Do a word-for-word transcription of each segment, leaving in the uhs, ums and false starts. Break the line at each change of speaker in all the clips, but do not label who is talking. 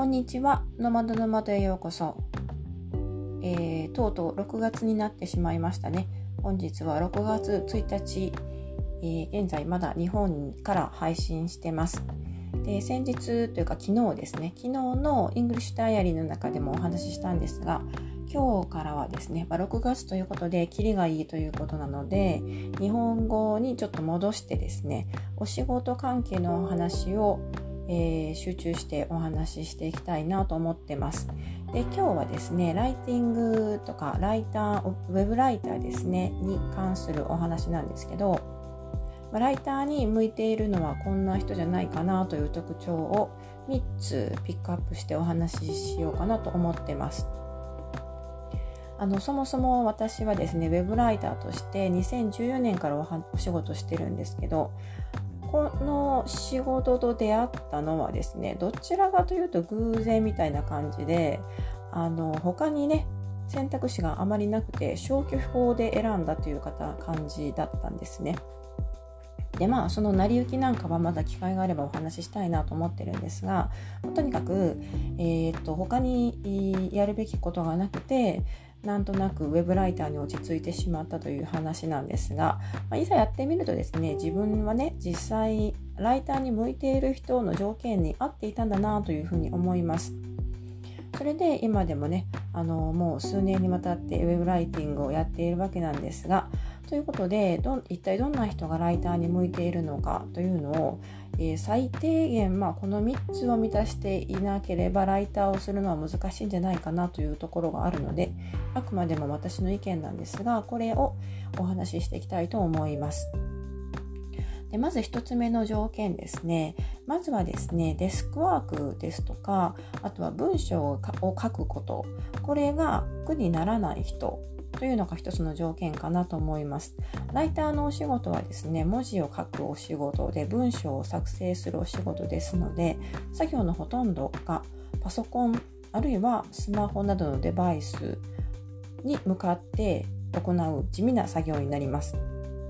んにちは。ノマドノマドへようこそ。えー、とうとうろくがつになってしまいましたね。本日はろくがつついたち、えー、現在まだ日本から配信してます。で、先日というか昨日ですね、昨日のイングリッシュダイアリーの中でもお話ししたんですが、今日からはですね、まあ、ろくがつということでキリがいいということなので、日本語にちょっと戻してですね、お仕事関係のお話を、えー、集中してお話ししていきたいなと思ってます。で、今日はですね、ライティングとかライター、ウェブライターですね、に関するお話なんですけど、ライターに向いているのはこんな人じゃないかなという特徴をみっつピックアップしてお話ししようかなと思ってます。あのそもそも私はですね、ウェブライターとしてにせんじゅうよねんから お, お仕事してるんですけど、この仕事と出会ったのはですね、どちらかというと偶然みたいな感じで、あの他にね選択肢があまりなくて消去法で選んだという方感じだったんですね。でまあその成り行きなんかはまだ機会があればお話ししたいなと思ってるんですが、とにかく、えー、っと他にやるべきことがなくて、なんとなくウェブライターに落ち着いてしまったという話なんですが、まあ、いざやってみるとですね、自分はね実際ライターに向いている人の条件に合っていたんだなというふうに思います。それで今でもね、あのもう数年にわたってウェブライティングをやっているわけなんですが、ということでど一体どんな人がライターに向いているのかというのを、えー、最低限、まあ、このみっつを満たしていなければライターをするのは難しいんじゃないかなというところがあるので、あくまでも私の意見なんですが、これをお話ししていきたいと思います。でまず一つ目の条件ですね。まずはですね、デスクワークですとか、あとは文章を書くこと、これが苦にならない人というのが一つの条件かなと思います。ライターのお仕事はですね、文字を書くお仕事で文章を作成するお仕事ですので、作業のほとんどがパソコンあるいはスマホなどのデバイスに向かって行う地味な作業になります。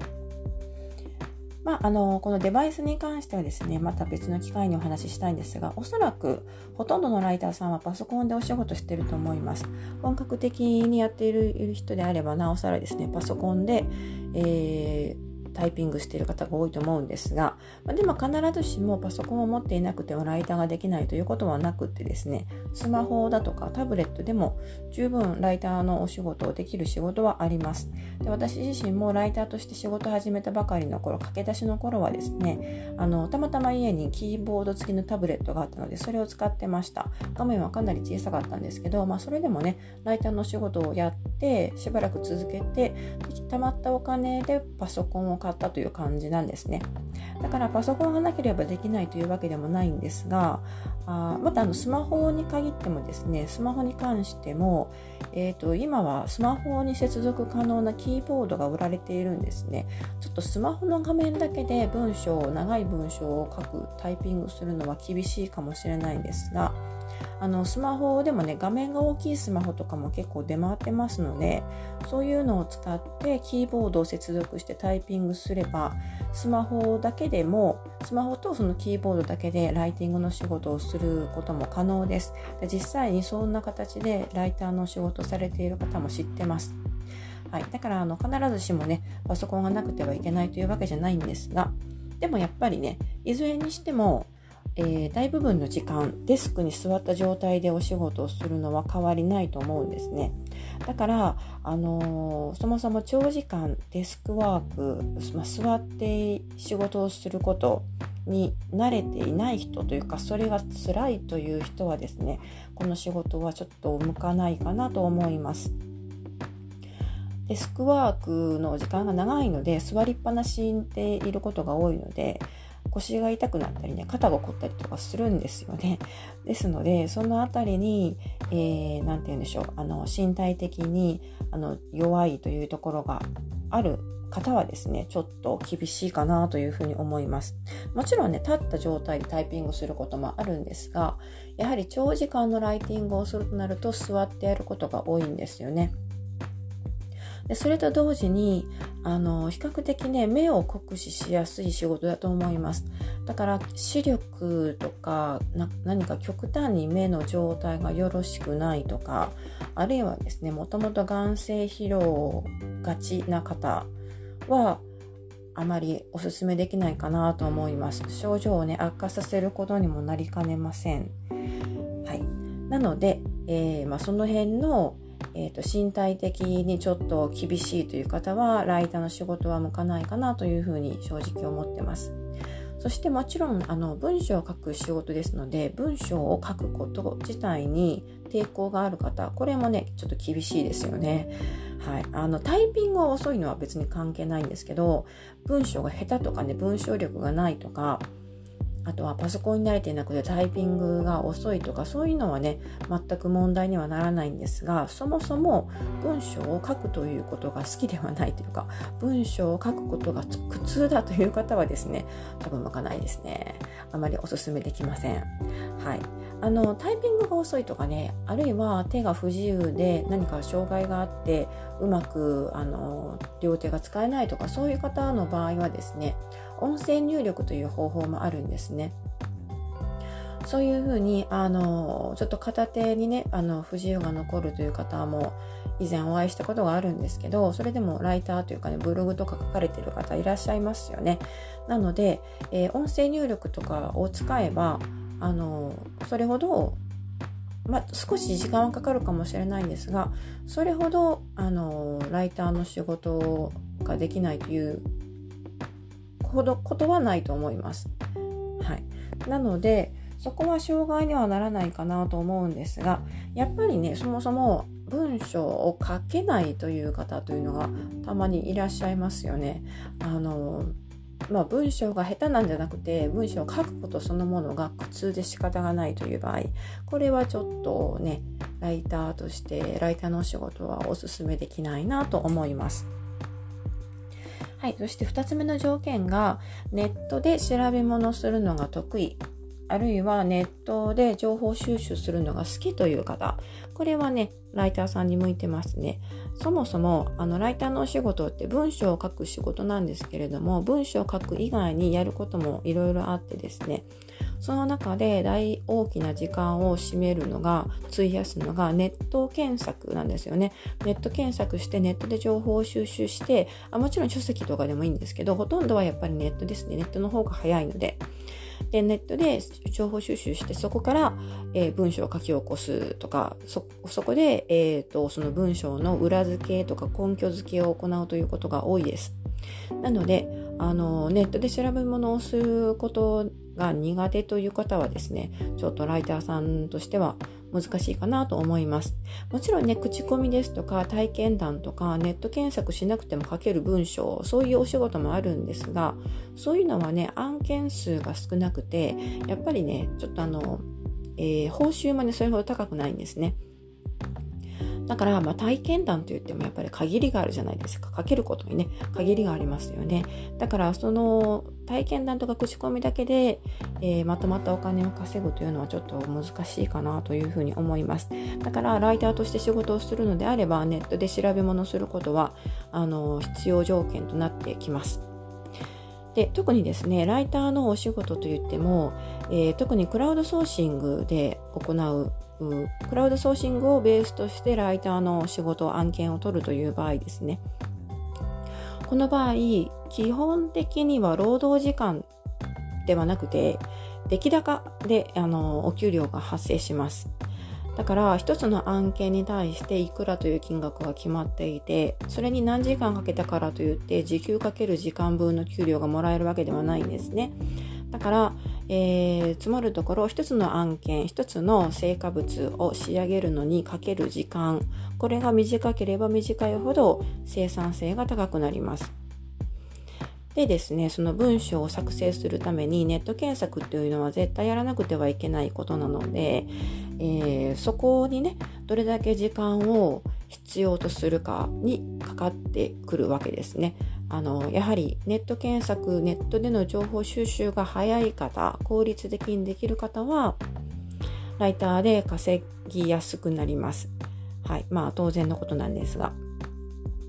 まあ、あのこのデバイスに関してはですね、また別の機会にお話ししたいんですが、おそらくほとんどのライターさんはパソコンでお仕事していると思います。本格的にやっている人であればなおさらですね、パソコンで、えータイピングしている方が多いと思うんですが、でも必ずしもパソコンを持っていなくてもライターができないということはなくってですね、スマホだとかタブレットでも十分ライターのお仕事をできる仕事はあります。で私自身もライターとして仕事を始めたばかりの頃、駆け出しの頃はですね、あのたまたま家にキーボード付きのタブレットがあったのでそれを使ってました。画面はかなり小さかったんですけど、まあ、それでもねライターの仕事をやってしばらく続けて、たまったお金でパソコンを買ったという感じなんですね。だからパソコンがなければできないというわけでもないんですが、あまたあのスマホに限ってもですね、スマホに関しても、えーと、今はスマホに接続可能なキーボードが売られているんですね。ちょっとスマホの画面だけで文章を長い文章を書くタイピングするのは厳しいかもしれないんですが、あのスマホでもね、画面が大きいスマホとかも結構出回ってますので、そういうのを使ってキーボードを接続してタイピングすれば、スマホだけでもスマホとそのキーボードだけでライティングの仕事をすることも可能です。で実際にそんな形でライターの仕事をされている方も知ってます。はい、だからあの必ずしもねパソコンがなくてはいけないというわけじゃないんですが、でもやっぱりね、いずれにしてもえー、大部分の時間デスクに座った状態でお仕事をするのは変わりないと思うんですね。だから、あのー、そもそも長時間デスクワーク、まあ、座って仕事をすることに慣れていない人というか、それが辛いという人はですね、この仕事はちょっと向かないかなと思います。デスクワークの時間が長いので座りっぱなしでいることが多いので、腰が痛くなったりね、肩が凝ったりとかするんですよね。ですのでそのあたりに、えー、なんて言うんでしょう、あの身体的にあの弱いというところがある方はですね、ちょっと厳しいかなというふうに思います。もちろんね、立った状態でタイピングすることもあるんですが、やはり長時間のライティングをするとなると座ってやることが多いんですよね。 でそれと同時にあの比較的ね目を酷使しやすい仕事だと思います。だから視力とかな何か極端に目の状態がよろしくないとか、あるいはですねもともと眼性疲労がちな方はあまりおすすめできないかなと思います。症状をね悪化させることにもなりかねません。はい、なので、えーまあ、その辺の、えーと、身体的にちょっと厳しいという方はライターの仕事は向かないかなというふうに正直思ってます。そしてもちろんあの文章を書く仕事ですので、文章を書くこと自体に抵抗がある方、これもねちょっと厳しいですよね。はい、あのタイピングが遅いのは別に関係ないんですけど、文章が下手とかね文章力がないとか、あとはパソコンに慣れていなくてタイピングが遅いとか、そういうのはね全く問題にはならないんですが、そもそも文章を書くということが好きではないというか、文章を書くことが苦痛だという方はですね多分向かないですね。あまりおすすめできません。はい、あのタイピングが遅いとかね、あるいは手が不自由で何か障害があってうまくあの両手が使えないとか、そういう方の場合はですね音声入力という方法もあるんですね。そういうふうにあのちょっと片手にねあの不自由が残るという方も以前お会いしたことがあるんですけど、それでもライターというかねブログとか書かれている方いらっしゃいますよね。なので、えー、音声入力とかを使えばあのそれほど、まあ、少し時間はかかるかもしれないんですが、それほどあのライターの仕事ができないというほどことはないと思います。はい、なのでそこは障害にはならないかなと思うんですが、やっぱりねそもそも文章を書けないという方というのがたまにいらっしゃいますよね。あのまあ、文章が下手なんじゃなくて文章を書くことそのものが苦痛で仕方がないという場合、これはちょっとねライターとしてライターのお仕事はおすすめできないなと思います。はい、そしてふたつめの条件がネットで調べ物をするのが得意、あるいはネットで情報収集するのが好きという方、これはねライターさんに向いてますね。そもそもあのライターのお仕事って文章を書く仕事なんですけれども、文章を書く以外にやることもいろいろあってですね、その中で大大きな時間を占めるのが費やすのがネット検索なんですよね。ネット検索してネットで情報を収集して、あもちろん書籍とかでもいいんですけど、ほとんどはやっぱりネットですね。ネットの方が早いので。でネットで情報収集して、そこから、えー、文章を書き起こすとか、そ, そこで、えー、とその文章の裏付けとか根拠付けを行うということが多いです。なのであのネットで調べ物をすることが苦手という方はですね、ちょっとライターさんとしては難しいかなと思います。もちろんね口コミですとか体験談とかネット検索しなくても書ける文章、そういうお仕事もあるんですが、そういうのはね案件数が少なくて、やっぱりねちょっとあの、えー、報酬もねそれほど高くないんですね。だから、まあ、体験談といってもやっぱり限りがあるじゃないですか。書けることにね限りがありますよね。だからその体験談とか口コミだけで、えー、まとまったお金を稼ぐというのはちょっと難しいかなというふうに思います。だからライターとして仕事をするのであれば、ネットで調べ物をすることはあの必要条件となってきます。で特にですねライターのお仕事といっても、えー、特にクラウドソーシングで行うクラウドソーシングをベースとしてライターの仕事案件を取るという場合ですね、この場合基本的には労働時間ではなくて出来高であのお給料が発生します。だから一つの案件に対していくらという金額が決まっていて、それに何時間かけたからといって時給かける時間分の給料がもらえるわけではないんですね。だから、えー、つまるところ一つの案件、一つの成果物を仕上げるのにかける時間、これが短ければ短いほど生産性が高くなります。でですね、その文章を作成するためにネット検索っていうのは絶対やらなくてはいけないことなので、えー、そこにねどれだけ時間を必要とするかにかかってくるわけですね。あのやはりネット検索、ネットでの情報収集が早い方、効率的にできる方はライターで稼ぎやすくなります。はい、まあ当然のことなんですが、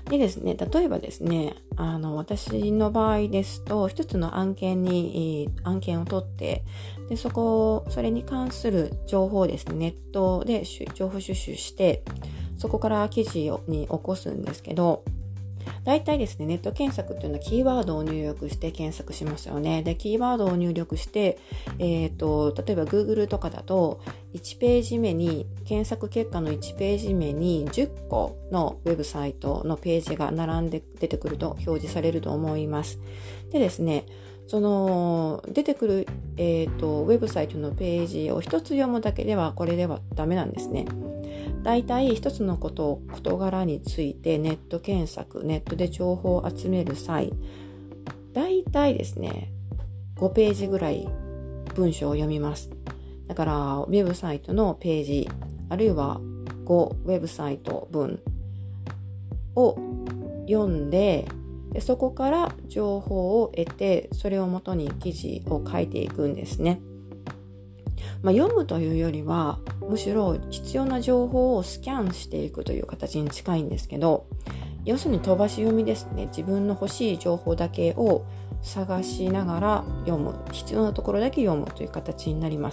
でですね、例えばですね、あの、私の場合ですと、一つの案件に、えー案件を取って、で、そこ、それに関する情報をですね、ネットで情報収集して、そこから記事をに起こすんですけど、大体ですね、ネット検索っていうのはキーワードを入力して検索しますよね。で、キーワードを入力して、えっと、例えば Google とかだと、いちページ目に、検索結果のいちページ目にじゅっこのウェブサイトのページが並んで出てくると表示されると思います。でですね、その出てくる、えっと、ウェブサイトのページを一つ読むだけではこれではダメなんですね。大体一つのことを事柄についてネット検索、ネットで情報を集める際、大体ですね、ごページぐらい文章を読みます。だからウェブサイトのページ、あるいはごウェブサイト分を読んで、でそこから情報を得て、それをもとに記事を書いていくんですね。まあ、読むというよりは、むしろ必要な情報をスキャンしていくという形に近いんですけど、要するに飛ばし読みですね。自分の欲しい情報だけを探しながら読む。必要なところだけ読むという形になります。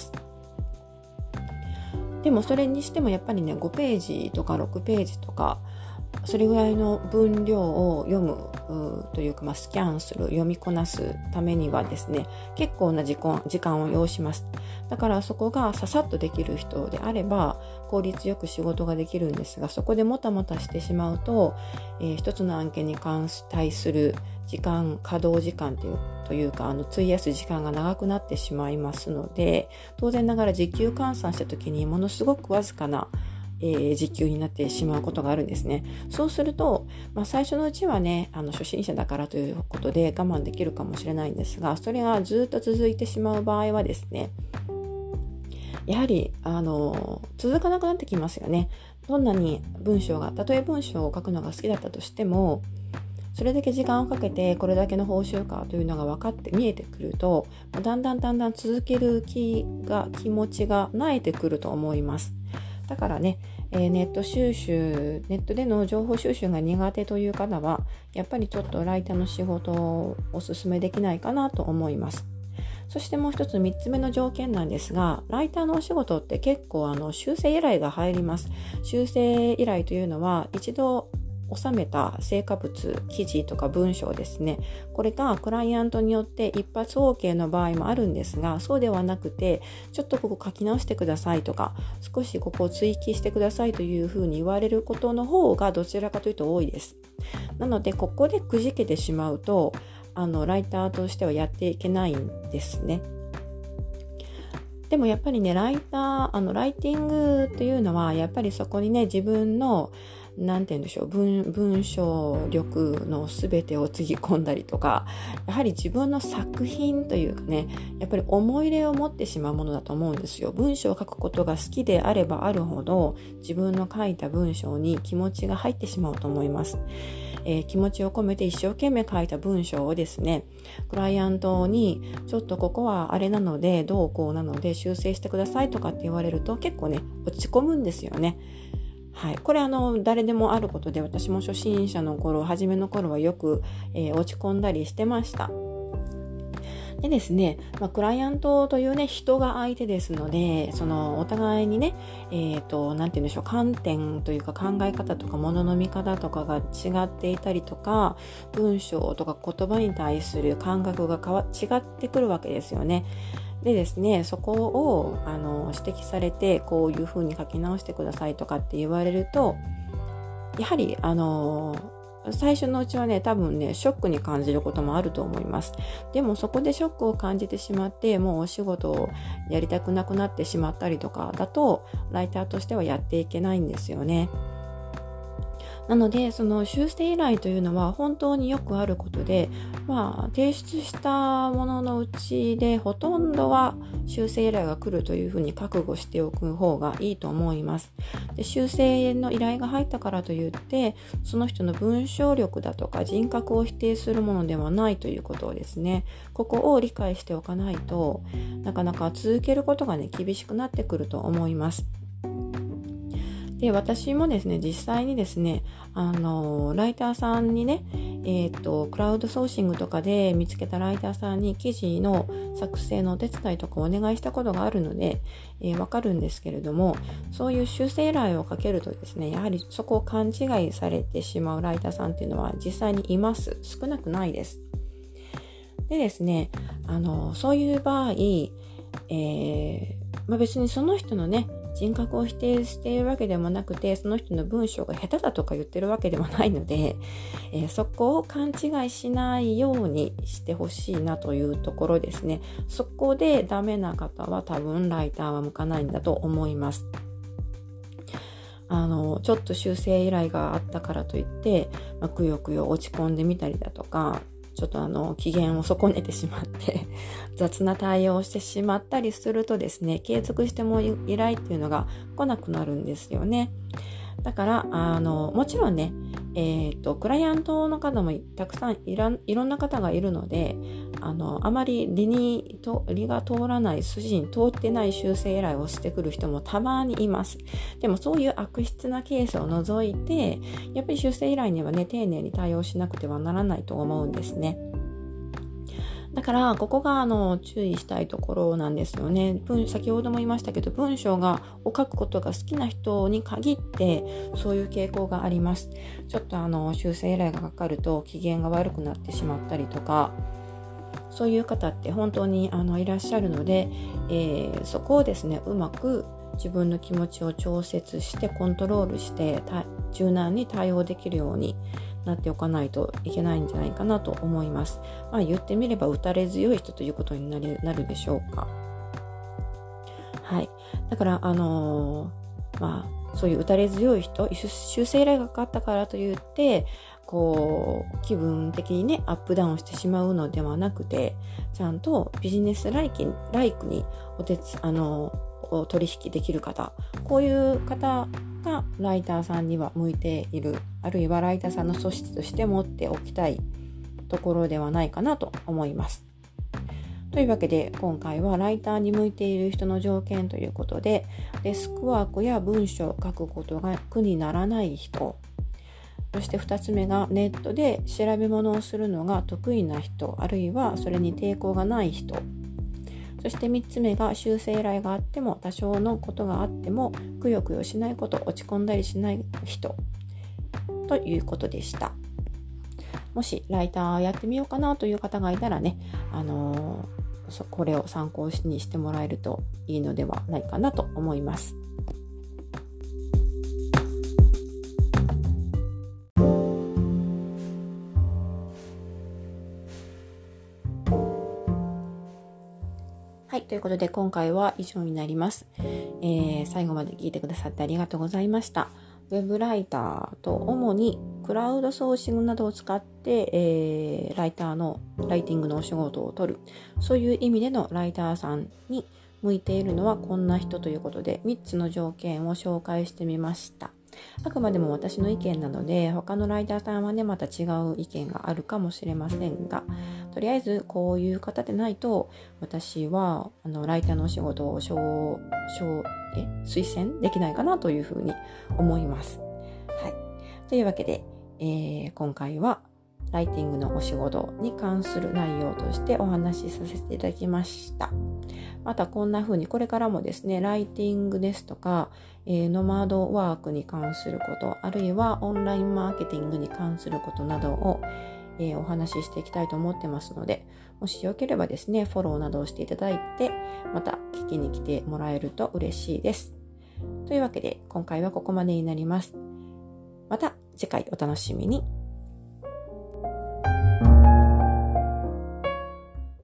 でもそれにしてもやっぱりね、ごページとかろくページとか、それぐらいの分量を読むというか、まあ、スキャンする、読みこなすためにはですね、結構な時間、時間を要します。だからそこがささっとできる人であれば効率よく仕事ができるんですが、そこでもたもたしてしまうと、えー、一つの案件に関し対する時間、稼働時間というというか、あの費やす時間が長くなってしまいますので、当然ながら時給換算した時にものすごくわずかなえー、時給になってしまうことがあるんですね。そうすると、まあ、最初のうちはね、あの初心者だからということで我慢できるかもしれないんですが、それがずっと続いてしまう場合はですね、やはりあの続かなくなってきますよね。どんなに文章が、たとえ文章を書くのが好きだったとしても、それだけ時間をかけてこれだけの報酬かというのが分かって見えてくると、だんだんだんだん続ける気が気持ちが慣れてくると思います。だからね、えー、ネット収集、ネットでの情報収集が苦手という方は、やっぱりちょっとライターの仕事をお勧めできないかなと思います。そしてもう一つ、三つ目の条件なんですが、ライターのお仕事って結構あの修正依頼が入ります。修正依頼というのは、一度収めた成果物、記事とか文章ですね。これがクライアントによって一発 OK の場合もあるんですが、そうではなくて、ちょっとここ書き直してくださいとか、少しここを追記してくださいというふうに言われることの方がどちらかというと多いです。なので、ここでくじけてしまうと、あの、ライターとしてはやっていけないんですね。でもやっぱりね、ライター、あの、ライティングというのは、やっぱりそこにね、自分のなんて言うんでしょう、文、文章力のすべてをつぎ込んだりとか、やはり自分の作品というかね、やっぱり思い入れを持ってしまうものだと思うんですよ。文章を書くことが好きであればあるほど、自分の書いた文章に気持ちが入ってしまうと思います。えー、気持ちを込めて一生懸命書いた文章をですね、クライアントにちょっとここはあれなので、どうこうなので修正してくださいとかって言われると結構ね、落ち込むんですよね。はい、これあの誰でもあることで、私も初心者の頃、初めの頃はよく、えー、落ち込んだりしてました。でですね、まあ、クライアントというね、人が相手ですので、そのお互いにね、えっと、なんて言うんでしょう、観点というか考え方とか物の見方とかが違っていたりとか、文章とか言葉に対する感覚が変わ違ってくるわけですよね。でですね、そこをあの指摘されて、こういう風に書き直してくださいとかって言われると、やはりあの最初のうちはね、多分ね、ショックに感じることもあると思います。でもそこでショックを感じてしまって、もうお仕事をやりたくなくなってしまったりとかだと、ライターとしてはやっていけないんですよね。なので、その修正依頼というのは本当によくあることで、まあ、提出したもののうちでほとんどは修正依頼が来るというふうに覚悟しておく方がいいと思います。で、修正の依頼が入ったからといって、その人の文章力だとか人格を否定するものではないということをですね、ここを理解しておかないとなかなか続けることがね、厳しくなってくると思います。 で、私もですね、実際にですね、あの、ライターさんにね、えっと、クラウドソーシングとかで見つけたライターさんに記事の作成のお手伝いとかお願いしたことがあるので、えー、わかるんですけれども、そういう修正依頼をかけるとですね、やはりそこを勘違いされてしまうライターさんっていうのは実際にいます。少なくないです。でですね、あの、そういう場合、えー、まあ、別にその人のね、人格を否定しているわけでもなくて、その人の文章が下手だとか言ってるわけでもないので、えー、そこを勘違いしないようにしてほしいなというところですね。そこでダメな方は多分ライターは向かないんだと思います。あの、ちょっと修正依頼があったからといって、まあ、くよくよ落ち込んでみたりだとか、ちょっとあの機嫌を損ねてしまって雑な対応をしてしまったりするとですね、継続しても依頼っていうのが来なくなるんですよね。だからあのもちろんね、えーと、クライアントの方もたくさんいらいろんな方がいるので、あのあまり理にと理が通らない、筋に通ってない修正依頼をしてくる人もたまにいます。でもそういう悪質なケースを除いて、やっぱり修正依頼にはね、丁寧に対応しなくてはならないと思うんですね。だからここがあの注意したいところなんですよね。文先ほども言いましたけど、文章がを書くことが好きな人に限ってそういう傾向があります。ちょっとあの修正依頼がかかると機嫌が悪くなってしまったりとか、そういう方って本当にあのいらっしゃるので、えー、そこをですね、うまく自分の気持ちを調節してコントロールして柔軟に対応できるようになっておかないといけないんじゃないかなと思います。まあ言ってみれば打たれ強い人ということになる、なるでしょうか。はい。だからあのー、まあそういう打たれ強い人、修正依頼がかかったからといってこう気分的にねアップダウンしてしまうのではなくて、ちゃんとビジネスライクライクにお手つあのー、取引できる方、こういう方がライターさんには向いている、あるいはライターさんの素質として持っておきたいところではないかなと思います。というわけで今回はライターに向いている人の条件ということで、デスクワークや文章を書くことが苦にならない人、そしてふたつめがネットで調べ物をするのが得意な人、あるいはそれに抵抗がない人、そしてみっつめが修正依頼があっても多少のことがあってもくよくよしないこと、落ち込んだりしない人ということでした。もしライターやってみようかなという方がいたらね、あのー、これを参考にしてもらえるといいのではないかなと思います。はい、ということで今回は以上になります。えー、最後まで聞いてくださってありがとうございました。ウェブライターと主にクラウドソーシングなどを使って、えー、ライターのライティングのお仕事を取る、そういう意味でのライターさんに向いているのはこんな人ということでみっつの条件を紹介してみました。あくまでも私の意見なので、他のライターさんはねまた違う意見があるかもしれませんが、とりあえずこういう方でないと私はあのライターのお仕事を奨え推薦できないかなというふうに思います。はい、というわけで、えー、今回はライティングのお仕事に関する内容としてお話しさせていただきました。またこんな風にこれからもですね、ライティングですとか、えー、ノマドワークに関すること、あるいはオンラインマーケティングに関することなどを、えー、お話ししていきたいと思ってますので、もしよければですね、フォローなどをしていただいて、また聞きに来てもらえると嬉しいです。というわけで、今回はここまでになります。また次回お楽しみに。